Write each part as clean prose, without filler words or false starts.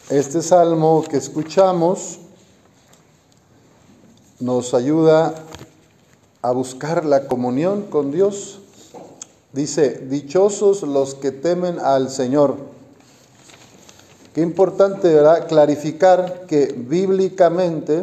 Este salmo que escuchamos nos ayuda a buscar la comunión con Dios. Dice, dichosos los que temen al Señor. Qué importante, ¿verdad?, clarificar que bíblicamente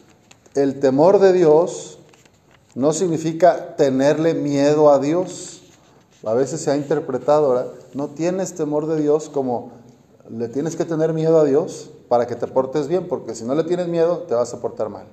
el temor de Dios no significa tenerle miedo a Dios. A veces se ha interpretado, ¿verdad? No tienes temor de Dios como le tienes que tener miedo a Dios para que te portes bien, porque si no le tienes miedo te vas a portar mal.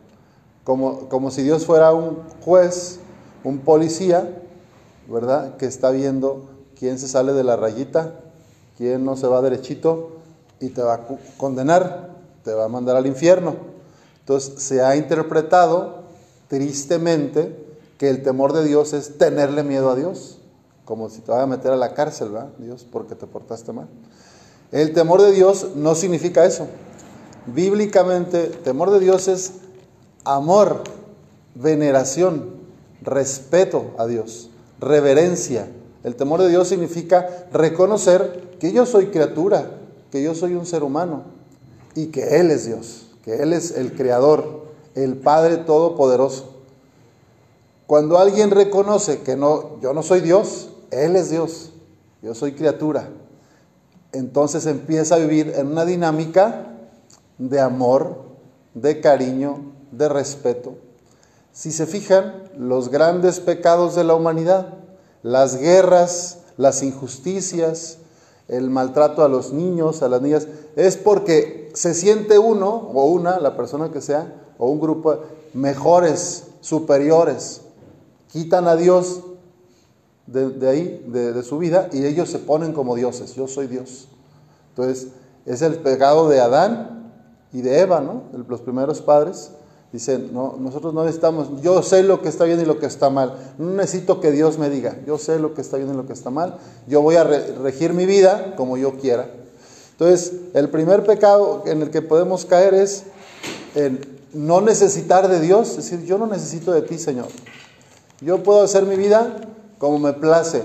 Como si Dios fuera un juez, un policía, ¿verdad?, que está viendo quién se sale de la rayita, quién no se va derechito y te va a condenar, te va a mandar al infierno. Entonces se ha interpretado tristemente que el temor de Dios es tenerle miedo a Dios, como si te vaya a meter a la cárcel, ¿verdad?, Dios, porque te portaste mal. El temor de Dios no significa eso. Bíblicamente, temor de Dios es amor, veneración, respeto a Dios, reverencia. El temor de Dios significa reconocer que yo soy criatura, que yo soy un ser humano y que Él es Dios, que Él es el Creador, el Padre Todopoderoso. Cuando alguien reconoce que yo no soy Dios, Él es Dios, yo soy criatura, entonces empieza a vivir en una dinámica de amor, de cariño, de respeto. Si se fijan, los grandes pecados de la humanidad, las guerras, las injusticias, el maltrato a los niños, a las niñas, es porque se siente uno o una, la persona que sea, o un grupo, mejores, superiores. Quitan a Dios de ahí, de su vida, y ellos se ponen como dioses. Yo soy Dios. Entonces, es el pecado de Adán y de Eva, ¿no? Los primeros padres dicen, no, nosotros no necesitamos, yo sé lo que está bien y lo que está mal. No necesito que Dios me diga, yo sé lo que está bien y lo que está mal. Yo voy a regir mi vida como yo quiera. Entonces, el primer pecado en el que podemos caer es en no necesitar de Dios. Es decir, yo no necesito de ti, Señor. Yo puedo hacer mi vida como me place.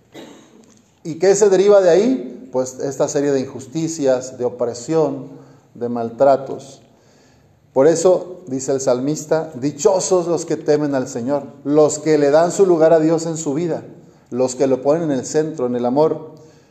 ¿Y qué se deriva de ahí? Pues esta serie de injusticias, de opresión, de maltratos. Por eso, dice el salmista, dichosos los que temen al Señor, los que le dan su lugar a Dios en su vida, los que lo ponen en el centro, en el amor.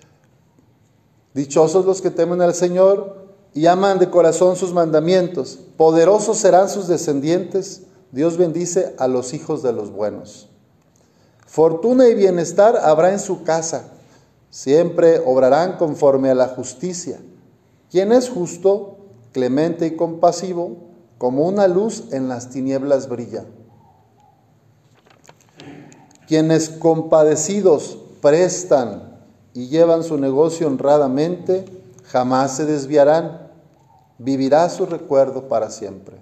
Dichosos los que temen al Señor y aman de corazón sus mandamientos. Poderosos serán sus descendientes. Dios bendice a los hijos de los buenos. Fortuna y bienestar habrá en su casa. Siempre obrarán conforme a la justicia. Quien es justo, clemente y compasivo, como una luz en las tinieblas brilla. Quienes compadecidos prestan y llevan su negocio honradamente, jamás se desviarán. Vivirá su recuerdo para siempre.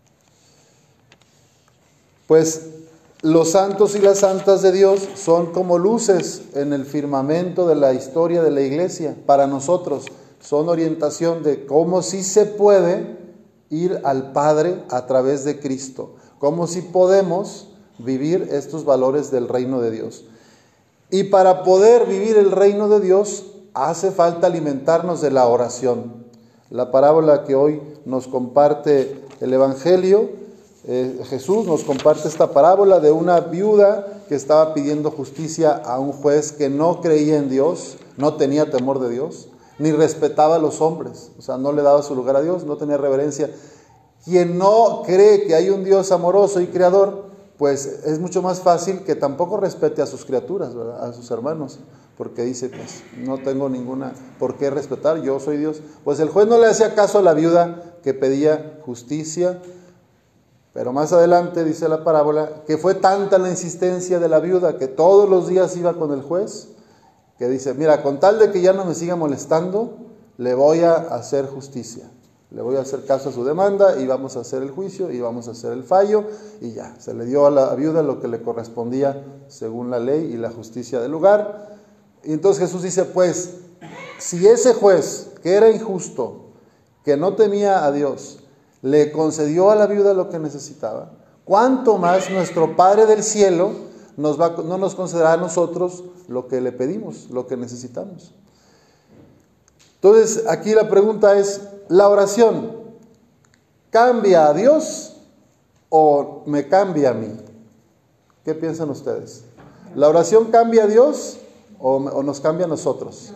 Pues los santos y las santas de Dios son como luces en el firmamento de la historia de la iglesia. Para nosotros son orientación de cómo sí se puede ir al Padre a través de Cristo, cómo sí podemos vivir estos valores del reino de Dios. Y para poder vivir el reino de Dios hace falta alimentarnos de la oración. La parábola que hoy nos comparte el Evangelio, Jesús nos comparte esta parábola de una viuda que estaba pidiendo justicia a un juez que no creía en Dios, no tenía temor de Dios, ni respetaba a los hombres, o sea, no le daba su lugar a Dios, no tenía reverencia. Quien no cree que hay un Dios amoroso y creador, pues es mucho más fácil que tampoco respete a sus criaturas, ¿verdad?, a sus hermanos, porque dice, pues no tengo ninguna por qué respetar, yo soy Dios. Pues el juez no le hacía caso a la viuda que pedía justicia. Pero más adelante dice la parábola que fue tanta la insistencia de la viuda que todos los días iba con el juez, que dice, mira, con tal de que ya no me siga molestando, le voy a hacer justicia, le voy a hacer caso a su demanda y vamos a hacer el juicio y vamos a hacer el fallo, y ya, se le dio a la viuda lo que le correspondía según la ley y la justicia del lugar. Y entonces Jesús dice, pues, si ese juez, que era injusto, que no temía a Dios, le concedió a la viuda lo que necesitaba, ¿cuánto más nuestro Padre del cielo no nos concederá a nosotros lo que le pedimos, lo que necesitamos? Entonces, aquí la pregunta es, ¿la oración cambia a Dios o me cambia a mí? ¿Qué piensan ustedes? ¿La oración cambia a Dios o nos cambia a nosotros?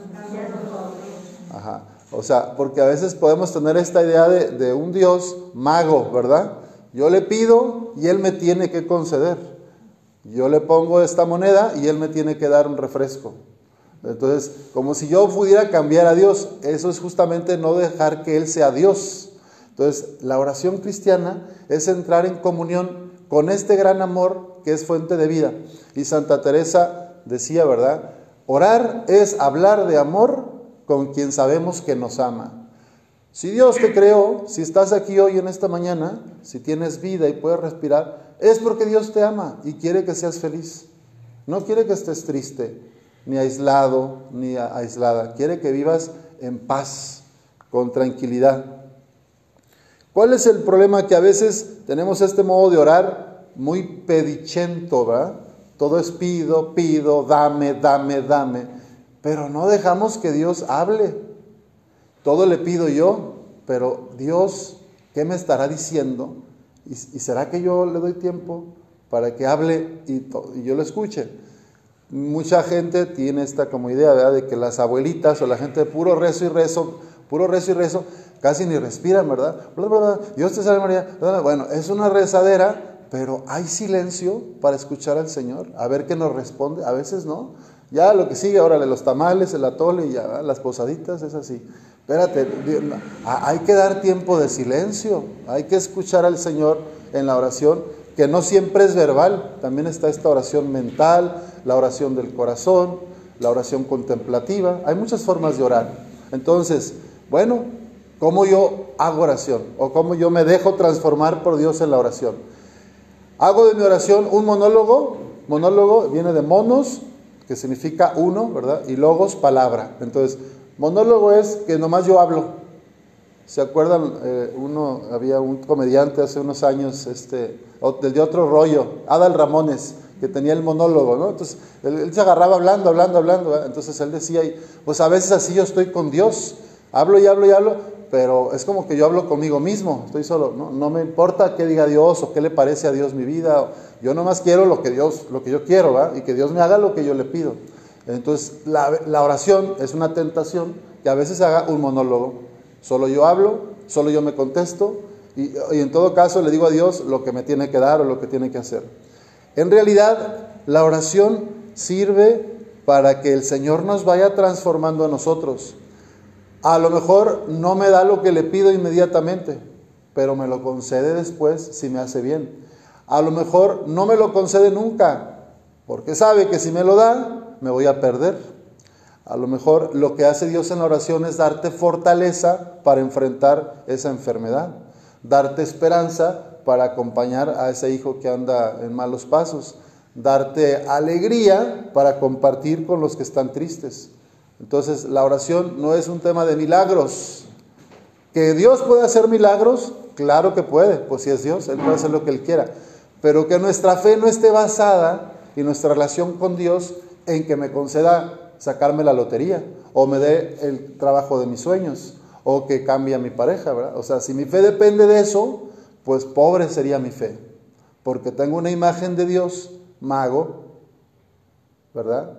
Ajá. O sea, porque a veces podemos tener esta idea de un Dios mago, ¿verdad? Yo le pido y Él me tiene que conceder. Yo le pongo esta moneda y Él me tiene que dar un refresco. Entonces, como si yo pudiera cambiar a Dios. Eso es justamente no dejar que Él sea Dios. Entonces, la oración cristiana es entrar en comunión con este gran amor que es fuente de vida. Y Santa Teresa decía, ¿verdad? Orar es hablar de amor con quien sabemos que nos ama. Si Dios te creó, si estás aquí hoy en esta mañana, si tienes vida y puedes respirar, es porque Dios te ama y quiere que seas feliz. No quiere que estés triste, ni aislado, ni aislada. Quiere que vivas en paz, con tranquilidad. ¿Cuál es el problema? Que a veces tenemos este modo de orar muy pedicento, ¿verdad? Todo es pido, pido, dame, dame, dame. Pero no dejamos que Dios hable. Todo le pido yo, pero Dios, ¿qué me estará diciendo? ¿Y será que yo le doy tiempo para que hable y yo lo escuche? Mucha gente tiene esta como idea, ¿verdad? De que las abuelitas o la gente de puro rezo y rezo, casi ni respiran, ¿verdad? Bla, bla, bla, Dios te salve María. Bla, bla. Bueno, es una rezadera, pero hay silencio para escuchar al Señor, a ver qué nos responde. A veces no. Ya lo que sigue, órale, los tamales, el atole y ya, ¿verdad? Las posaditas, es así. Espérate, hay que dar tiempo de silencio, hay que escuchar al Señor en la oración, que no siempre es verbal, también está esta oración mental, la oración del corazón, la oración contemplativa, hay muchas formas de orar. Entonces, bueno, ¿cómo yo hago oración? ¿O cómo yo me dejo transformar por Dios en la oración? Hago de mi oración un monólogo viene de monos, que significa uno, ¿verdad? Y logos, palabra. Entonces, monólogo es que nomás yo hablo. ¿Se acuerdan? Había un comediante hace unos años, de otro rollo, Adal Ramones, que tenía el monólogo, ¿no? Entonces, él se agarraba hablando, ¿verdad? Entonces él decía, pues a veces así yo estoy con Dios, hablo y hablo y hablo, pero es como que yo hablo conmigo mismo, estoy solo, no me importa qué diga Dios o qué le parece a Dios mi vida, yo nomás quiero lo que yo quiero, ¿verdad? Y que Dios me haga lo que yo le pido. Entonces, la oración es una tentación que a veces haga un monólogo. Solo yo hablo, solo yo me contesto y en todo caso le digo a Dios lo que me tiene que dar o lo que tiene que hacer. En realidad, la oración sirve para que el Señor nos vaya transformando a nosotros. A lo mejor no me da lo que le pido inmediatamente, pero me lo concede después si me hace bien. A lo mejor no me lo concede nunca, porque sabe que si me lo da, me voy a perder. A lo mejor lo que hace Dios en la oración es darte fortaleza para enfrentar esa enfermedad, darte esperanza para acompañar a ese hijo que anda en malos pasos, darte alegría para compartir con los que están tristes. Entonces, la oración no es un tema de milagros. ¿Que Dios puede hacer milagros? Claro que puede, pues si es Dios, Él puede hacer lo que Él quiera. Pero que nuestra fe no esté basada y nuestra relación con Dios en que me conceda sacarme la lotería, o me dé el trabajo de mis sueños, o que cambie a mi pareja, ¿verdad? O sea, si mi fe depende de eso, pues pobre sería mi fe, porque tengo una imagen de Dios mago, ¿verdad?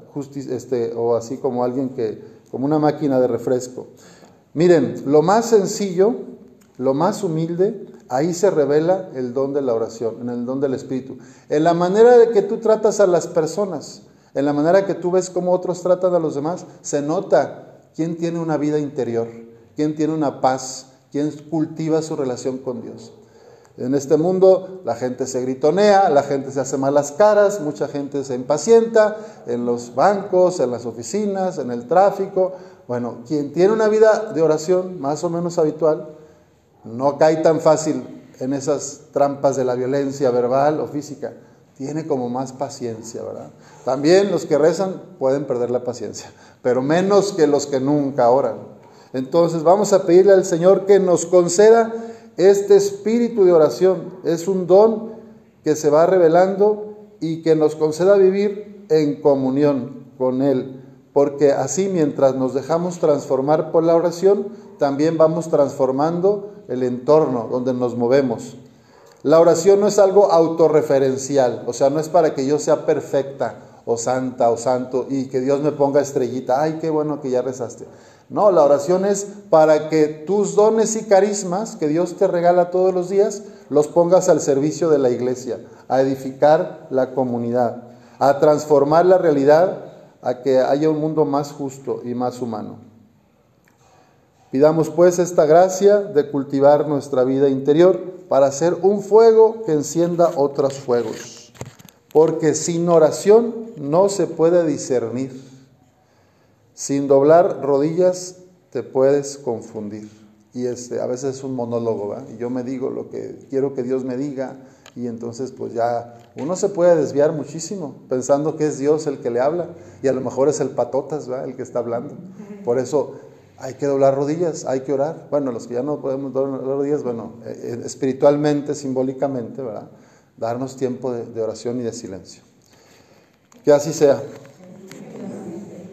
O así como alguien como una máquina de refresco. Miren, lo más sencillo, lo más humilde, ahí se revela el don de la oración, en el don del Espíritu, en la manera de que tú tratas a las personas, en la manera que tú ves cómo otros tratan a los demás, se nota quién tiene una vida interior, quién tiene una paz, quién cultiva su relación con Dios. En este mundo la gente se gritonea, la gente se hace malas caras, mucha gente se impacienta en los bancos, en las oficinas, en el tráfico. Bueno, quien tiene una vida de oración más o menos habitual, no cae tan fácil en esas trampas de la violencia verbal o física. Tiene como más paciencia, ¿verdad? También los que rezan pueden perder la paciencia, pero menos que los que nunca oran. Entonces vamos a pedirle al Señor que nos conceda este espíritu de oración. Es un don que se va revelando y que nos conceda vivir en comunión con Él, porque así mientras nos dejamos transformar por la oración, también vamos transformando el entorno donde nos movemos. La oración no es algo autorreferencial, o sea, no es para que yo sea perfecta o santa o santo y que Dios me ponga estrellita, ay, qué bueno que ya rezaste. No, la oración es para que tus dones y carismas que Dios te regala todos los días, los pongas al servicio de la iglesia, a edificar la comunidad, a transformar la realidad, a que haya un mundo más justo y más humano. Pidamos pues esta gracia de cultivar nuestra vida interior para hacer un fuego que encienda otros fuegos, porque sin oración no se puede discernir. Sin doblar rodillas te puedes confundir. Y a veces es un monólogo, ¿verdad? Y yo me digo lo que quiero que Dios me diga, y entonces pues ya uno se puede desviar muchísimo pensando que es Dios el que le habla, y a lo mejor es el patotas, ¿verdad?, el que está hablando. Por eso hay que doblar rodillas, hay que orar. Bueno, los que ya no podemos doblar rodillas, bueno, espiritualmente, simbólicamente, ¿verdad?, darnos tiempo de oración y de silencio. Que así sea.